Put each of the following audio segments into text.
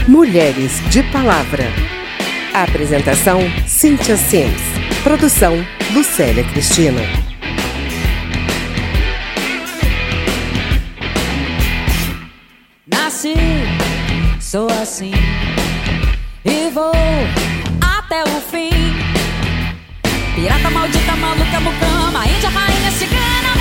Mulheres de Palavra. Apresentação: Cíntia Sims. Produção: Lucélia Cristina. Nasci, sou assim e vou até o fim. Pirata maldita, maluca, mucama, índia, rainha, cigana,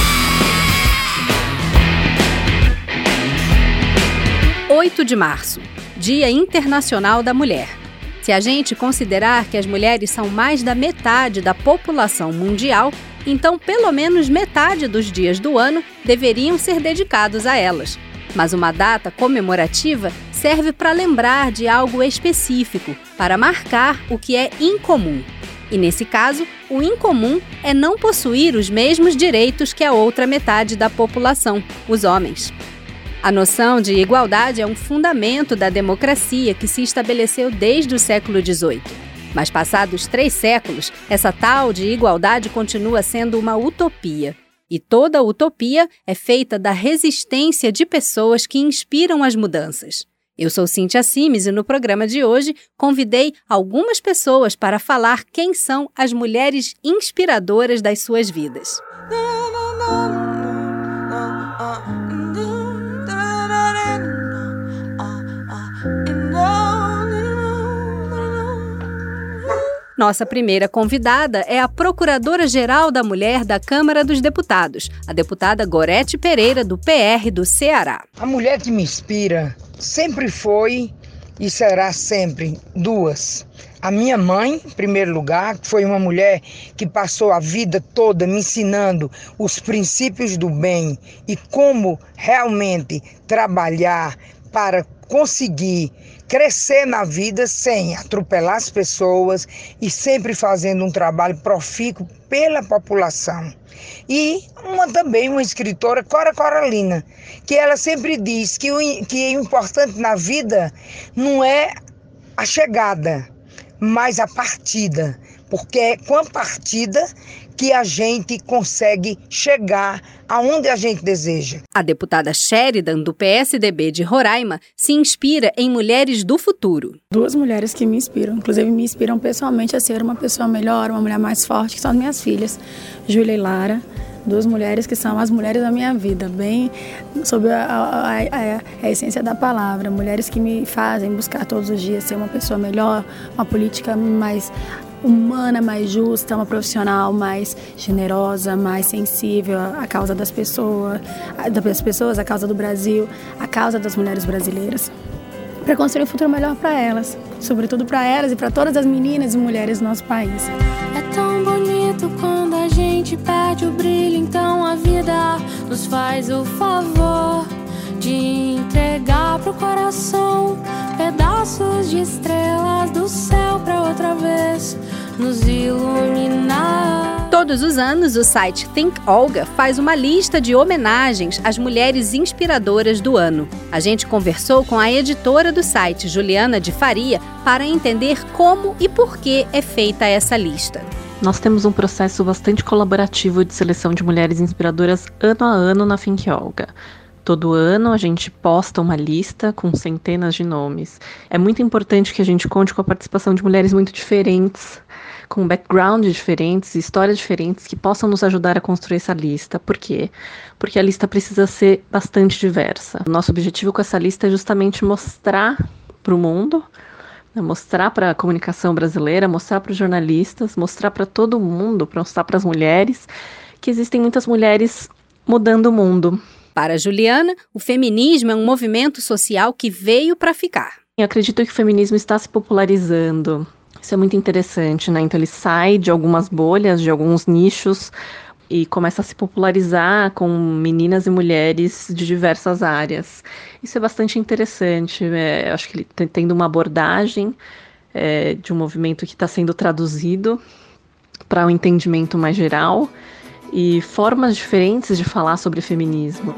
mulher. 8 de março, Dia Internacional da Mulher. Se a gente considerar que as mulheres são mais da metade da população mundial, então pelo menos metade dos dias do ano deveriam ser dedicados a elas. Mas uma data comemorativa serve para lembrar de algo específico, para marcar o que é incomum. E nesse caso, o incomum é não possuir os mesmos direitos que a outra metade da população, os homens. A noção de igualdade é um fundamento da democracia que se estabeleceu desde o século XVIII. Mas passados 3 séculos, essa tal de igualdade continua sendo uma utopia. E toda utopia é feita da resistência de pessoas que inspiram as mudanças. Eu sou Cíntia Sims e no programa de hoje convidei algumas pessoas para falar quem são as mulheres inspiradoras das suas vidas. Nossa primeira convidada é a Procuradora-Geral da Mulher da Câmara dos Deputados, a deputada Gorete Pereira, do PR do Ceará. A mulher que me inspira sempre foi e será sempre 2. A minha mãe, em primeiro lugar, que foi uma mulher que passou a vida toda me ensinando os princípios do bem e como realmente trabalhar para conseguir crescer na vida sem atropelar as pessoas e sempre fazendo um trabalho profícuo pela população. E também uma escritora, Cora Coralina, que ela sempre diz que o importante na vida não é a chegada, mas a partida, porque é com a partida que a gente consegue chegar aonde a gente deseja. A deputada Sheridan, do PSDB de Roraima, se inspira em mulheres do futuro. 2 mulheres que me inspiram, inclusive me inspiram pessoalmente a ser uma pessoa melhor, uma mulher mais forte, que são as minhas filhas, Júlia e Lara. 2 mulheres que são as mulheres da minha vida, bem sob a essência da palavra. Mulheres que me fazem buscar todos os dias ser uma pessoa melhor, uma política mais humana, mais justa, uma profissional mais generosa, mais sensível à causa das pessoas, à causa do Brasil, à causa das mulheres brasileiras, para construir um futuro melhor para elas, sobretudo para elas e para todas as meninas e mulheres do nosso país. É tão bonito quando a gente perde o brilho, então a vida nos faz o favor de entregar pro coração pedaços de estrelas do céu para outra vez nos iluminar. Todos os anos, o site Think Olga faz uma lista de homenagens às mulheres inspiradoras do ano. A gente conversou com a editora do site, Juliana de Faria, para entender como e por que é feita essa lista. Nós temos um processo bastante colaborativo de seleção de mulheres inspiradoras ano a ano na Think Olga. Todo ano a gente posta uma lista com centenas de nomes. É muito importante que a gente conte com a participação de mulheres muito diferentes, com backgrounds diferentes, histórias diferentes, que possam nos ajudar a construir essa lista. Por quê? Porque a lista precisa ser bastante diversa. O nosso objetivo com essa lista é justamente mostrar para o mundo, mostrar para a comunicação brasileira, mostrar para os jornalistas, mostrar para todo mundo, mostrar para as mulheres, que existem muitas mulheres mudando o mundo. Para Juliana, o feminismo é um movimento social que veio para ficar. Eu acredito que o feminismo está se popularizando. Isso é muito interessante, né? Então ele sai de algumas bolhas, de alguns nichos e começa a se popularizar com meninas e mulheres de diversas áreas. Isso é bastante interessante. Eu acho que ele está tendo uma abordagem de um movimento que está sendo traduzido para um entendimento mais geral e formas diferentes de falar sobre feminismo.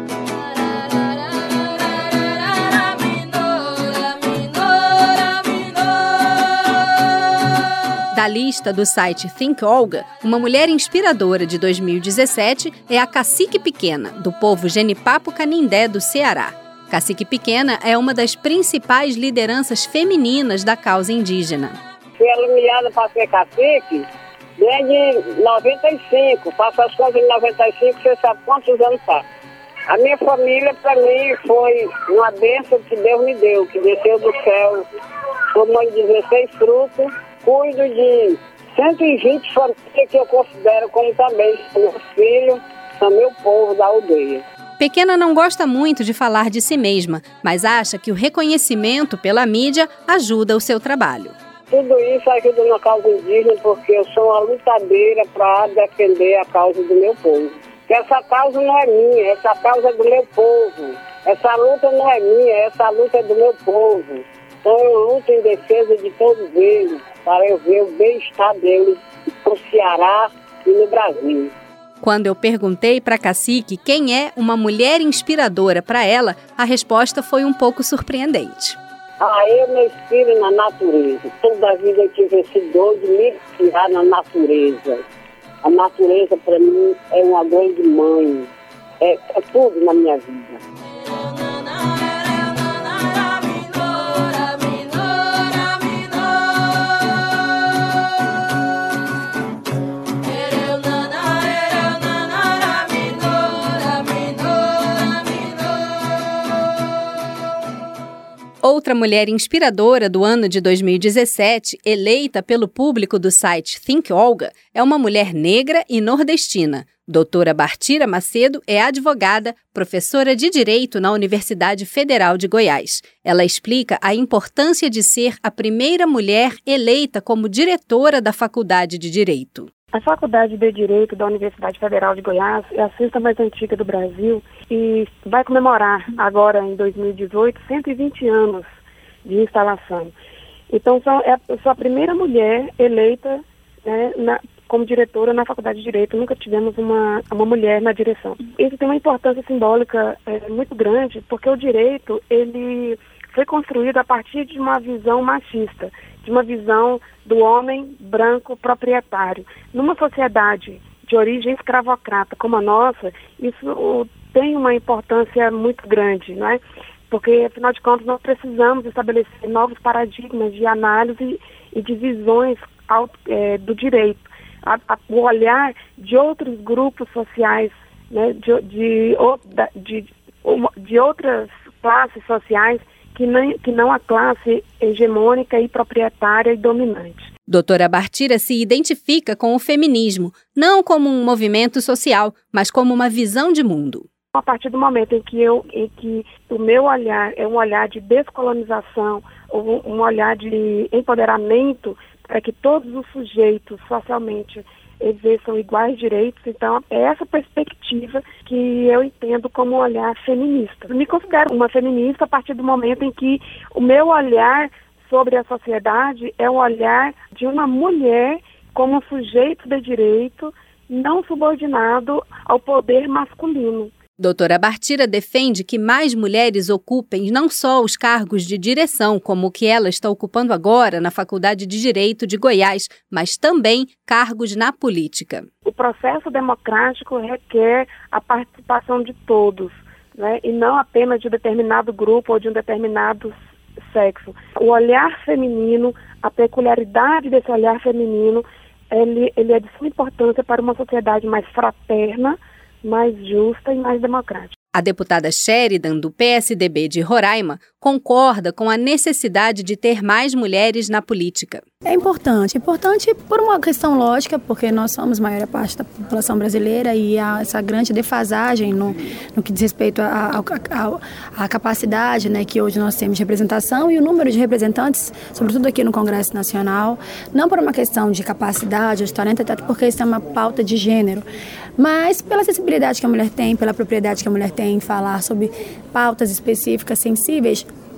Da lista do site Think Olga, uma mulher inspiradora de 2017 é a Cacique Pequena, do povo Genipapo Canindé do Ceará. Cacique Pequena é uma das principais lideranças femininas da causa indígena. Fui nomeada para ser cacique desde 95. Faço as contas em 95, você sabe quantos anos faz. A minha família, para mim, foi uma bênção que Deus me deu, que desceu do céu. Sou mãe de 16 frutos, cuido de 120 famílias que eu considero como também meus filhos, são meu povo da aldeia. Pequena não gosta muito de falar de si mesma, mas acha que o reconhecimento pela mídia ajuda o seu trabalho. Tudo isso ajuda na causa indígena porque eu sou uma lutadeira para defender a causa do meu povo. Essa causa não é minha, essa causa é do meu povo. Essa luta não é minha, essa luta é do meu povo. Então eu luto em defesa de todos eles, para eu ver o bem-estar deles no Ceará e no Brasil. Quando eu perguntei para a Cacique quem é uma mulher inspiradora para ela, a resposta foi um pouco surpreendente. Eu me inspiro na natureza. Toda a vida eu tive esse dom de me inspirar na natureza. A natureza, para mim, é uma grande mãe. É tudo na minha vida. Outra mulher inspiradora do ano de 2017, eleita pelo público do site Think Olga, é uma mulher negra e nordestina. Doutora Bartira Macedo é advogada, professora de Direito na Universidade Federal de Goiás. Ela explica a importância de ser a primeira mulher eleita como diretora da Faculdade de Direito. A Faculdade de Direito da Universidade Federal de Goiás é a sexta mais antiga do Brasil e vai comemorar agora, em 2018, 120 anos de instalação. Então, eu sou a primeira mulher eleita, né, como diretora na Faculdade de Direito. Nunca tivemos uma mulher na direção. Isso tem uma importância simbólica muito grande, porque o direito ele foi construído a partir de uma visão machista, de uma visão do homem branco proprietário. Numa sociedade de origem escravocrata como a nossa, isso tem uma importância muito grande, não é? Porque, afinal de contas, nós precisamos estabelecer novos paradigmas de análise e de visões do direito. O olhar de outros grupos sociais, né, de outras classes sociais, que não a classe hegemônica e proprietária e dominante. Doutora Bartira se identifica com o feminismo, não como um movimento social, mas como uma visão de mundo. A partir do momento em que o meu olhar é um olhar de descolonização, um olhar de empoderamento para que todos os sujeitos socialmente exerçam iguais direitos, então é essa perspectiva que eu entendo como um olhar feminista. Eu me considero uma feminista a partir do momento em que o meu olhar sobre a sociedade é um olhar de uma mulher como um sujeito de direito não subordinado ao poder masculino. Doutora Bartira defende que mais mulheres ocupem não só os cargos de direção, como o que ela está ocupando agora na Faculdade de Direito de Goiás, mas também cargos na política. O processo democrático requer a participação de todos, né? E não apenas de um determinado grupo ou de um determinado sexo. O olhar feminino, a peculiaridade desse olhar feminino, ele é de suma importância para uma sociedade mais fraterna, mais justa e mais democrática. A deputada Sheridan, do PSDB de Roraima, concorda com a necessidade de ter mais mulheres na política. É importante por uma questão lógica, porque nós somos a maior parte da população brasileira e há essa grande defasagem no que diz respeito à capacidade, né, que hoje nós temos de representação e o número de representantes, sobretudo aqui no Congresso Nacional, não por uma questão de capacidade ou de talento, até porque isso é uma pauta de gênero, mas pela sensibilidade que a mulher tem, pela propriedade que a mulher tem em falar sobre pautas específicas, sensíveis,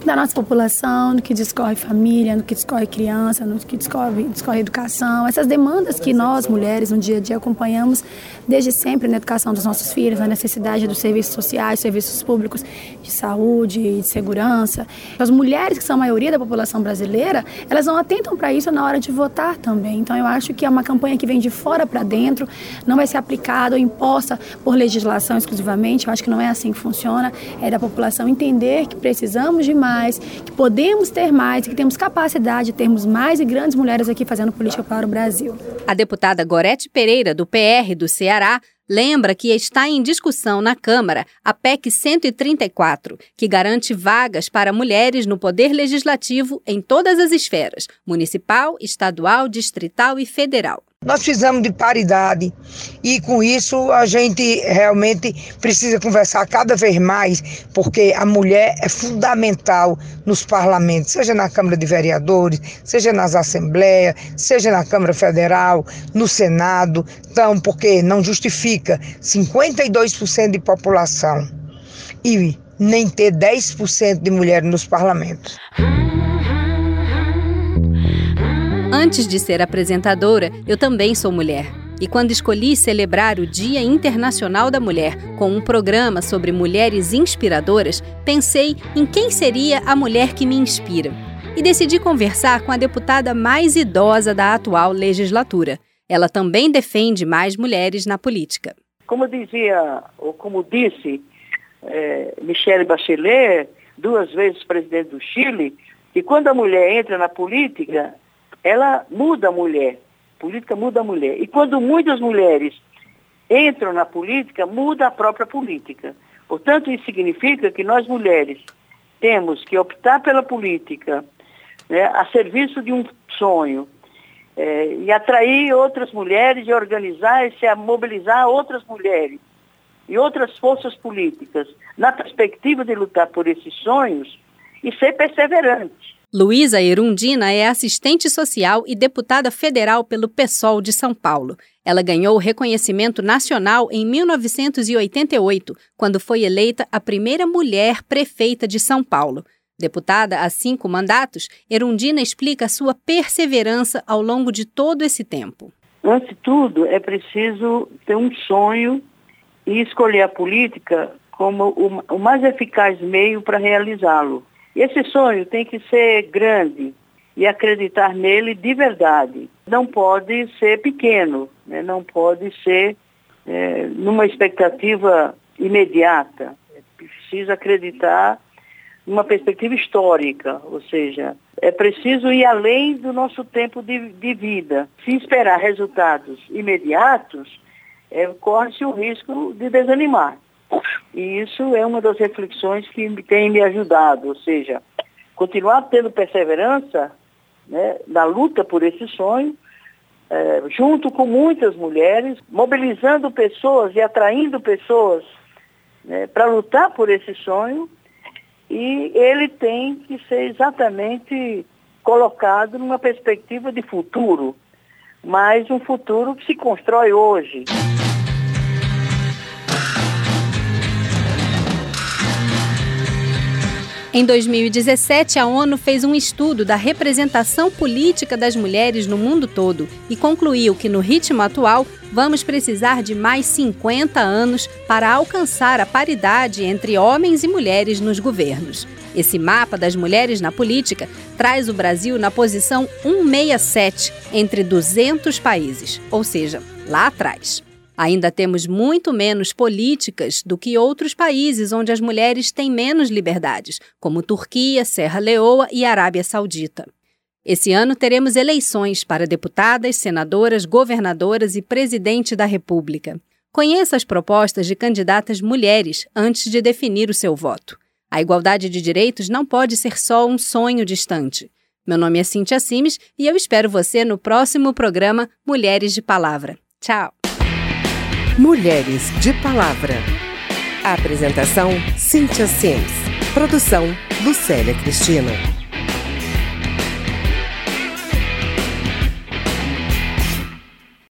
da nossa população, no que discorre família, no que discorre criança, no que discorre educação, essas demandas que nós, mulheres, no dia a dia acompanhamos desde sempre na educação dos nossos filhos, na necessidade dos serviços sociais, serviços públicos de saúde, de segurança. As mulheres, que são a maioria da população brasileira, elas não atentam para isso na hora de votar também. Então eu acho que é uma campanha que vem de fora para dentro, não vai ser aplicada ou imposta por legislação exclusivamente. Eu acho que não é assim que funciona. É da população entender que precisamos de mais, que podemos ter mais e que temos capacidade de termos mais e grandes mulheres aqui fazendo política para o Brasil. A deputada Gorete Pereira, do PR do Ceará, lembra que está em discussão na Câmara a PEC 134, que garante vagas para mulheres no Poder Legislativo em todas as esferas, municipal, estadual, distrital e federal. Nós precisamos de paridade e com isso a gente realmente precisa conversar cada vez mais, porque a mulher é fundamental nos parlamentos, seja na Câmara de Vereadores, seja nas Assembleias, seja na Câmara Federal, no Senado. Então, porque não justifica 52% de população e nem ter 10% de mulheres nos parlamentos. Antes de ser apresentadora, eu também sou mulher. E quando escolhi celebrar o Dia Internacional da Mulher com um programa sobre mulheres inspiradoras, pensei em quem seria a mulher que me inspira. E decidi conversar com a deputada mais idosa da atual legislatura. Ela também defende mais mulheres na política. Como dizia, ou como disse Michelle Bachelet, 2 vezes presidente do Chile, que quando a mulher entra na política, ela muda a mulher. A política muda a mulher. E quando muitas mulheres entram na política, muda a própria política. Portanto, isso significa que nós mulheres temos que optar pela política, né, a serviço de um sonho, e atrair outras mulheres, e organizar e se mobilizar outras mulheres e outras forças políticas na perspectiva de lutar por esses sonhos e ser perseverante. Luísa Erundina é assistente social e deputada federal pelo PSOL de São Paulo. Ela ganhou o reconhecimento nacional em 1988, quando foi eleita a primeira mulher prefeita de São Paulo. Deputada há 5 mandatos, Erundina explica a sua perseverança ao longo de todo esse tempo. Antes de tudo, é preciso ter um sonho e escolher a política como o mais eficaz meio para realizá-lo. E esse sonho tem que ser grande e acreditar nele de verdade. Não pode ser pequeno, né? Não pode ser numa expectativa imediata. Precisa acreditar numa perspectiva histórica, ou seja, é preciso ir além do nosso tempo de vida. Se esperar resultados imediatos, corre-se o risco de desanimar. E isso é uma das reflexões que tem me ajudado, ou seja, continuar tendo perseverança, né, na luta por esse sonho, junto com muitas mulheres, mobilizando pessoas e atraindo pessoas, né, para lutar por esse sonho, e ele tem que ser exatamente colocado numa perspectiva de futuro, mas um futuro que se constrói hoje. Em 2017, a ONU fez um estudo da representação política das mulheres no mundo todo e concluiu que, no ritmo atual, vamos precisar de mais 50 anos para alcançar a paridade entre homens e mulheres nos governos. Esse mapa das mulheres na política traz o Brasil na posição 167 entre 200 países, ou seja, lá atrás. Ainda temos muito menos políticas do que outros países onde as mulheres têm menos liberdades, como Turquia, Serra Leoa e Arábia Saudita. Esse ano teremos eleições para deputadas, senadoras, governadoras e presidente da República. Conheça as propostas de candidatas mulheres antes de definir o seu voto. A igualdade de direitos não pode ser só um sonho distante. Meu nome é Cíntia Simes e eu espero você no próximo programa Mulheres de Palavra. Tchau! Mulheres de Palavra. A apresentação, Cíntia Simes. Produção, Lucélia Cristina.